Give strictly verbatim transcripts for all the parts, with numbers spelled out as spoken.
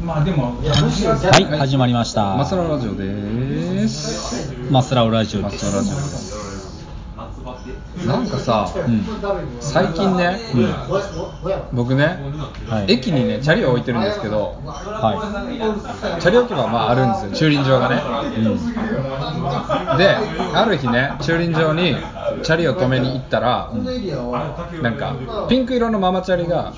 はい、始まりました。 マスラオラジオです。 マスラオラジオです。 マスラオラジオです。なんかさ、うん、最近ね、うん、僕ね、はい、駅にねチャリを置いてるんですけど、はい、チャリ置き場まああるんですよ、駐輪場がね、うん、で、ある日ね、駐輪場にチャリを止めに行ったら、うん、なんかピンク色のママチャリが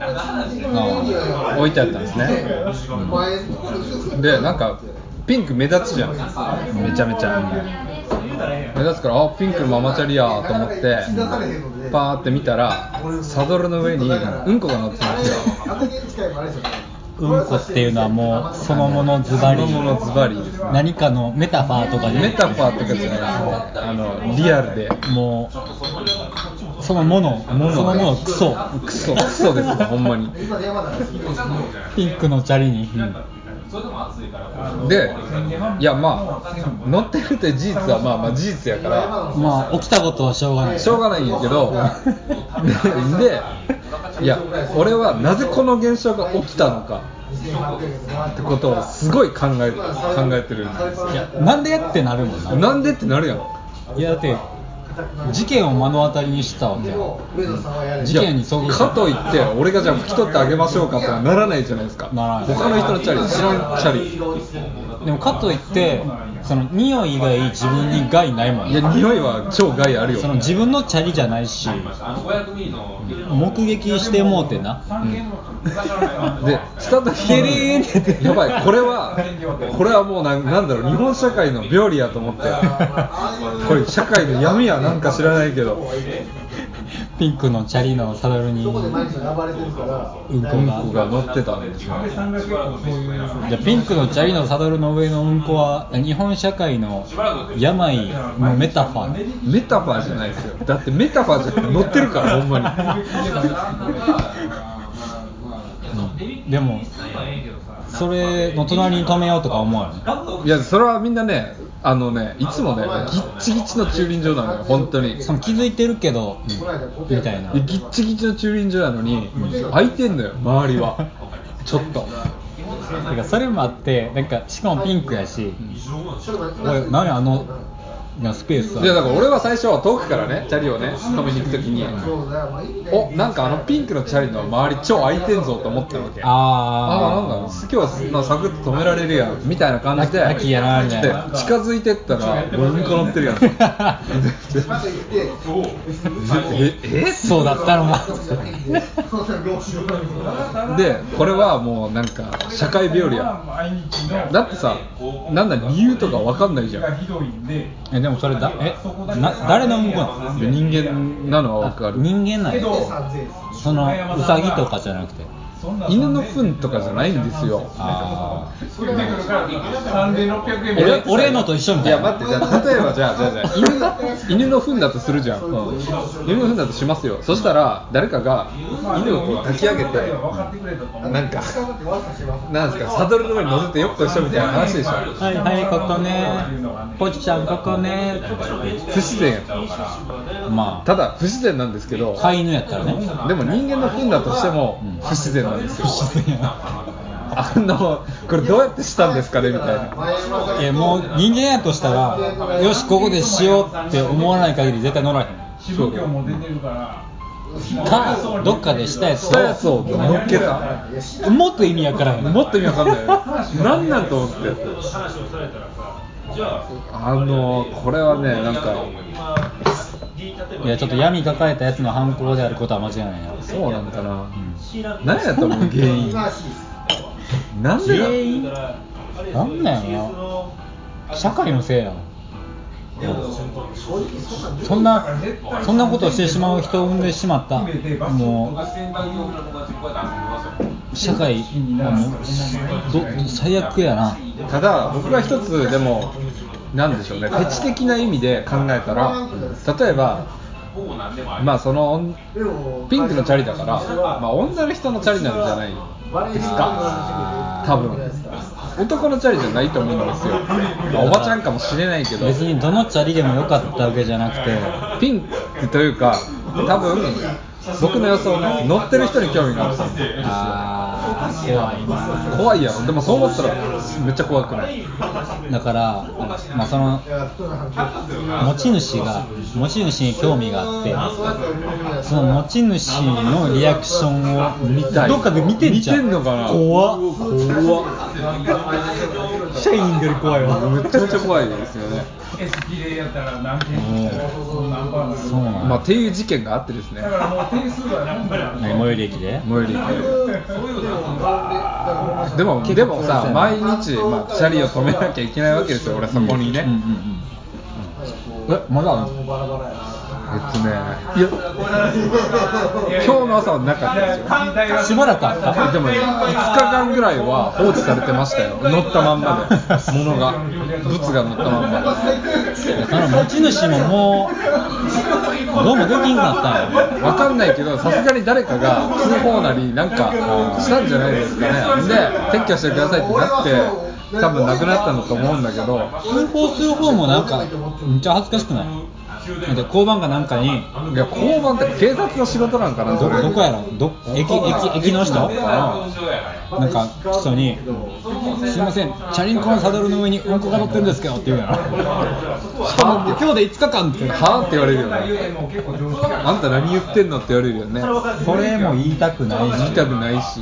置いてあったんですね、うん、で、なんかピンク目立つじゃん、めちゃめちゃ、うん、目立つから、あ、ピンクのママチャリやと思ってパーって見たら、サドルの上にうんこが乗ってたんですよ。 うんこっていうのはもうそのものズバリ、 そのものズバリですね。 何かのメタファーとかじゃない、 メタファーとかじゃないですね。あのリアルでもうそのもの、そのものクソクソクソですよ、ほんまに。 ピンクのチャリに、うんで、いやまあ乗ってるって事実はまあまあ事実やから、 まあ起きたことはしょうがないしょうがないんやけどで, でいや俺はなぜこの現象が起きたのかってことをすごい考え考えてるんですよ。 いや、なんでってなるもんな。 なんでってなるやん。 いやだって事件を目の当たりにしたわけや、うん、事件に遭遇したかといって俺がじゃあ拭き取ってあげましょうかってならないじゃないですか。 ならない。 他の人のチャリ、知らんチャリでもかといってその匂い以外自分に害ないもん。 いや匂いは超害あるよ。 その自分のチャリじゃないし、目撃してもうてな、うん、 でスタートヒレーってやばい、これはこれはもうな、なんだろう、日本社会の病理やと思って、これ社会の闇やなんか知らないけど、 ピンクのチャリのサドルにうんこが、 うんこが乗ってたんですよ。 じゃあピンクのチャリのサドルの上のうんこは日本社会の病のメタファー。 メタファーじゃないですよ。だってメタファーじゃなくて乗ってるからほんまに、 うん、でもそれの隣に止めようとか思うよね。 いやそれはみんなね、あのね、いつもねギッチギチの駐輪場なのよ本当に。 その気づいてるけど、うん、みたいな。 ギッチギチの駐輪場なのに、うん、空いてんのよ周りはちょっと。 てかそれもあって、なんかしかもピンクやし、うん、おい何あのスペース。 いやだから俺は最初遠くからねチャリをね止めに行くときに、お、なんかあのピンクのチャリの周り超空いてんぞと思ったわけ。ああ、なんか今日は、まあ、サクッと止められるやんみたいな感じで、 秋やなみたいな。 で近づいてったらうんこ乗ってるやんええそうだったのかでこれはもうなんか社会病理や。だってさ、なんだ理由とか分かんないじゃん。 えでもそれだえな誰のうんこなの？ 人間なのは分かる。 人間なの？そのウサギとかじゃなくて犬の糞とかじゃないんですよ。 あ俺, 俺のと一緒みたいな。 いや待って、じゃあ例えばじゃあじゃあじゃあ 犬, の犬の糞だとするじゃん、うん、犬の糞だとしますよ。そしたら誰かが犬をこう抱き上げて、なんかなんですか、サドルの上に乗せてよっこいしょみたいな話でしょ。 はいはいここね、ポチちゃんここね、 不自然やった。まあただ不自然なんですけど、 飼い犬やったらね。 でも人間の糞だとしても不自然なんですよ。 不自然やあのこれどうやってしたんですかねみたいな。 いやもう人間やとしたらよしここでしようって思わない限り絶対乗らへん。 宗教も出てるからかどっかでしたやつをしたやつを乗っけた。 もっと意味わからへん。 もっと意味わかんないなんなんと思って。あのこれはね、なんかいやちょっと闇抱えたやつの犯行であることは間違いないよ。 そうなんかな、うん、何やと思う原因。なんで原因なんなんやろな。社会のせいやん。そんなそんなことをしてしまう人を生んでしまったもう社会はもうど最悪やな。 ただ僕が一つでもなんでしょうね、フェチ的な意味で考えたら、例えばまあそのピンクのチャリだから、まあ、女の人のチャリなんじゃないですか多分。男のチャリじゃないと思うんですよ、まあ、おばちゃんかもしれないけど。 別にどのチャリでもよかったわけじゃなくて、 ピンクというか多分僕の予想ね、乗ってる人に興味があったんですよ。 あ怖いな。 怖いやろ。でもそう思ったらめっちゃ怖くない？ だから、まあ、その持ち主が持ち主に興味があって、その持ち主のリアクションを見たい。どっかで見てんじゃん。 見てんのかな。 怖っ怖っ。社員より怖いわ。 めちゃめちゃ怖いですよね。 エスピー でやったら何件何パーそうなん、まあ、っていう事件があってですね。 だからもう点数は最寄り駅で最寄り駅ででもでもさ、毎日、まあ、チャリを止めなきゃいけないわけですよ、俺そこにね、うんうんうんうん、え、まだあるの？ えっとね、いや今日の朝はなかったですよ。 しばらくあった。 でもいつかかんぐらいは放置されてましたよ。乗ったまんまで、物が物が乗ったまんまで。 その持ち主ももうどうもできんかったんや。 分かんないけど、さすがに誰かが通報なりなんかしたんじゃないですかね。で撤去してくださいってなって多分なくなったんだと思うんだけど、 通報する方もなんかめっちゃ恥ずかしくない？で交番かなんかに、いや交番って警察の仕事なんかな。 ど, どこやろど駅駅駅の人なんか人にすいませんチャリンコのサドルの上にうんこが乗ってるんですけどって言うやろ。しかも今日でいつかかんってはぁって言われるよね。あんた何言ってんのって言われるよね。 それも言いたくないし言いたくないし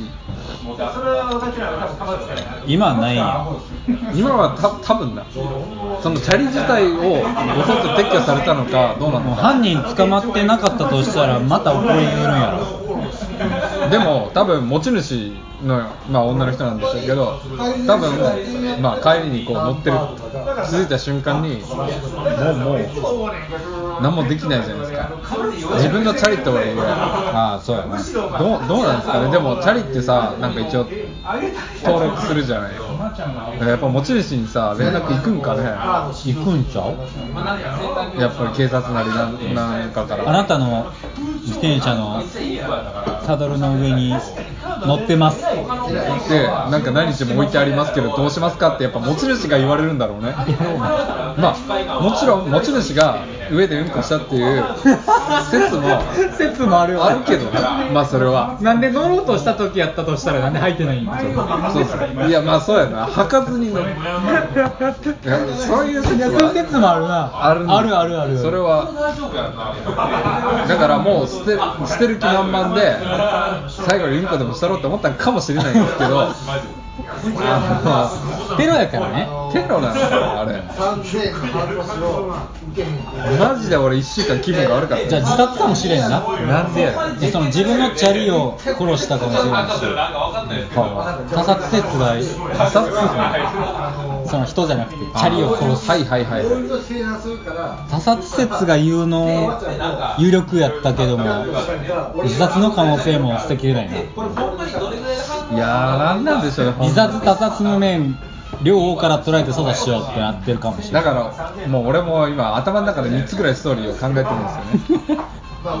今はないんや。 今はた多分なそのチャリ自体をごそっと撤去されたのかどうなのか。 犯人捕まってなかったとしたらまた起こりうるんやろ。 でも多分持ち主の、まあ、女の人なんでしょうけど、多分、まあ、帰りにこう乗ってる気づいた瞬間にもうもう何もできないじゃないですか。自分のチャリとはいえ、 ああそうやな。 どう、どうなんですかね。でもチャリってさ、なんか一応登録するじゃない。やっぱ持ち主にさ連絡行くんかね。 行くんちゃう？ やっぱり警察なりなんなんかから。 あなたの自転車のサドルの上に乗ってますでなんか何日も置いてありますけどどうしますかってやっぱ持ち主が言われるんだろうね。まあもちろん持ち主が上でうんこしたっていう説も説もあるよ、 あるけどね。まあそれはなんで乗ろうとした時やったとしたらなんで履いてないんですか。 そうそういやまあそうやな、履かずに乗る。いやそういう説は説もあるな。 あるあるあるある。 それはだからもう捨て、捨てる気満々で最後にうんこでもしたろうって思ったのかもしれないんですけどテロやからね。 テロなんですよあれ。マジで俺いっしゅうかん気分が悪かった。 じゃあ自殺かもしれんな。 なんでやねん。 その自分のチャリを殺したかもしれないし、他殺説が他殺その人じゃなくてチャリを殺す。 はいはいはい。 他殺説が有能有力やったけども自殺の可能性も捨てきれないな。 いやーなんなんでしょうね。 自殺他殺の面両方から捉えて捜査しようってなってるかもしれない。 だからもう俺も今頭の中でみっつぐらいストーリーを考えてるんですよね。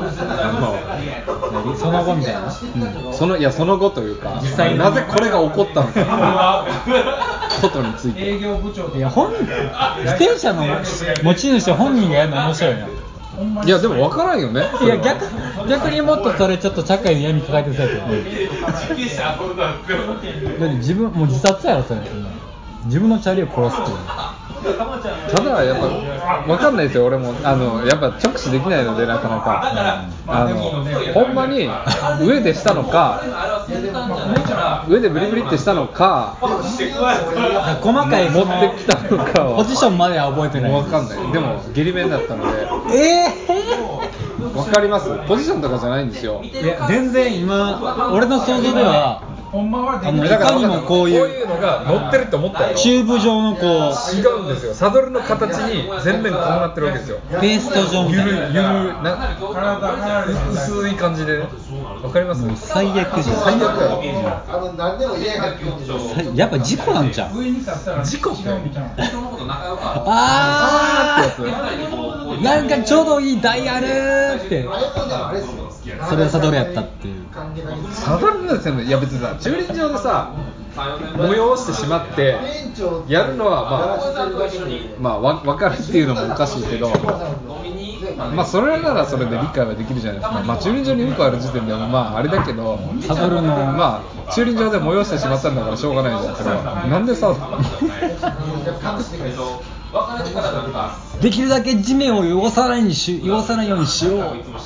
その後みたいな、 うん、そのいやその後というか実際なぜこれが起こったのかことについて。 営業部長いや本自転車の持ち主本人がやるの面白いな。 いやでも分からんよね。 いや 逆, 逆にもっとそれちょっと社会の闇抱えてるタイプ、うん、だって自分もう自殺やろそれ。自分のチャリを殺すっていう。 ただやっぱ分かんないですよ俺も。あのやっぱ直視できないのでなかなか、うん、あのほんまに上でしたのか上でブリブリってしたのか細かい持ってきたのかはポジションまでは覚えてない。 分かんない。でも下痢面だったので。 えー、分かります。ポジションとかじゃないんですよ。 いや全然今俺の想像ではほんまはあのいかにもこういうこういうのが乗ってると思ったよ。 チューブ状のこう違うんですよ。サドルの形に全面こうなってるわけですよ。 ペースト状みたいな。 ゆるゆるな薄い感じで。わかります？ 最悪じゃん。 最悪やろ。 やっぱ事故なんちゃう？ 事故って。 あーってやつ。なんかちょうどいい台あるーって。それがサドルやったっていう。 サドルなんですよね。いや別にさ駐輪場でさ催してしまってやるのはまあまあわ分かるっていうのもおかしいけど、まあそれならそれで理解はできるじゃないですか。まあ駐輪場にうんこある時点でもまああれだけど、 サドルのまあ駐輪場で催してしまったんだからしょうがないんだったら、なんでさできるだけ地面を汚さないにし汚さないようにしよう。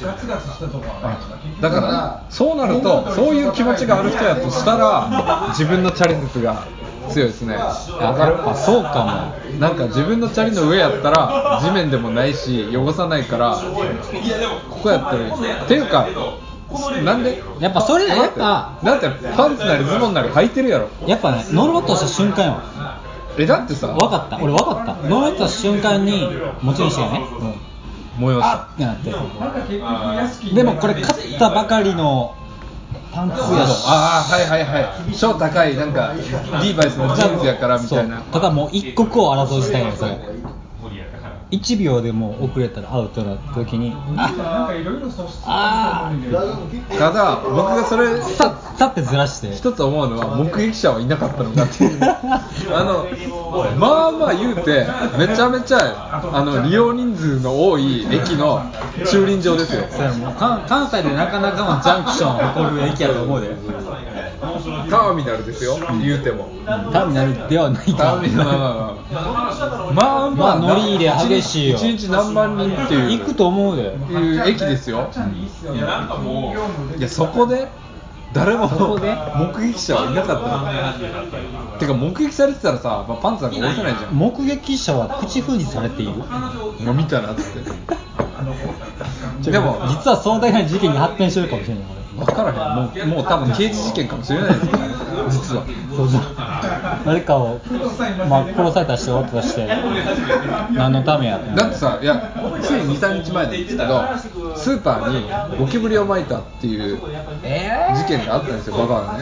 だからそうなると、そういう気持ちがある人やとしたら自分のチャリ熱が強いですね。わかる？ あ、そうかも。 なんか自分のチャリの上やったら地面でもないし汚さないから、ここやったらいいっていうか、なんでやっぱそれやっぱだってパンツなりズボンなり履いてるやろ。 やっぱね、乗ろうとした瞬間よ。 えだってさ、 分かった、俺分かった。乗ろうとした瞬間に持ち主がね、 うん、催したあってなって、でもこれ買ったばかりのパンツやし、 ああはいはいはい、超高いなんかリーバイスのジーンズやからみたいな。 ただもう一刻を争う事態やそれ。いちびょうでも遅れたらアウトな時に、ああただ僕がそれささってずらして一つ思うのは、目撃者はいなかったのかっていうあのまあまあ言うてめちゃめちゃあの利用人数の多い駅の駐輪場ですよ。 それもう関西でなかなかのジャンクションを誇る駅やと思うで。 ターミナルですよ、言うてもターミナルではないか。 ターミナルまあまあまあ乗り入れ激しいよ。 いちにち何万人っていう行くと思うでいう駅ですよ、うん、いやそこで誰も目撃者はいなかったのてか目撃されてたらさ、まあ、パンツなんか下ろせないじゃん。 目撃者は口封じされている。 もう見たなっつってでも実は壮大な事件に発展してるかもしれない。 分からへん、もう、もう多分刑事事件かもしれないですからね実は。 そうそう、誰かを、まあ、殺された人がおったとして何のためやって。 だってさ、いやついに、さんにちまえなんですけど、スーパーにゴキブリを撒いたっていう事件があったんですよ、ババアがね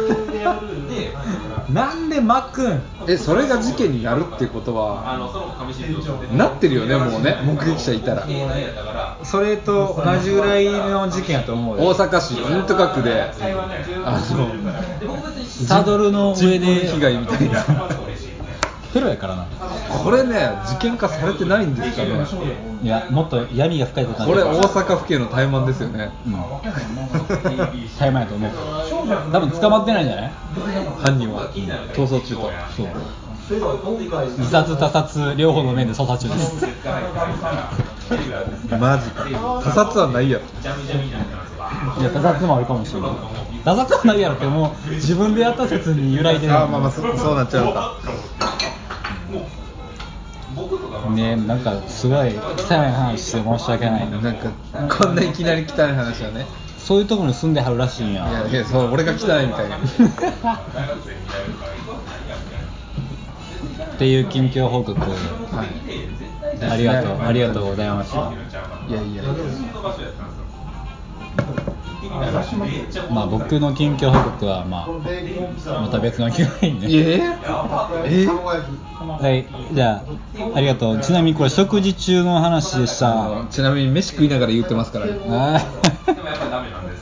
なんで巻くん。 えそれが事件になるっていうことはなってるよね、もうね、目撃者いたら。 それと同じぐらいの事件やと思う。 大阪市うんとか区であのサドルの上で被害みたいなプロやからな。 これね、事件化されてないんですかね。 いや、もっと闇が深いことなんこれ大阪府警の怠慢ですよね、 うん、怠慢やと思う。多分捕まってないんじゃない。 犯人は逃走中と。 そう、自殺他殺両方の面で捜査中ですマジか、他殺はないやろ。 いや、他殺もあるかもしれない。他殺はないやろって、もう自分でやった説に由来で。 あ、まあまあ そ, そうなっちゃうかね。なんかすごい汚い話して申し訳ない。 なんかこんないきなり汚い話はね、 そういうところに住んではるらしいんや。 いやいや、そう俺が汚いみたいなっていう近況報告を、はい、ありがとう、ありがとうございました。 いやいやいや、 まあ僕の近況報告は、まあ、また別の機会にね。 ええはい、じゃあありがとう。ちなみにこれ食事中の話でした。 ちなみに飯食いながら言ってますからね。 あ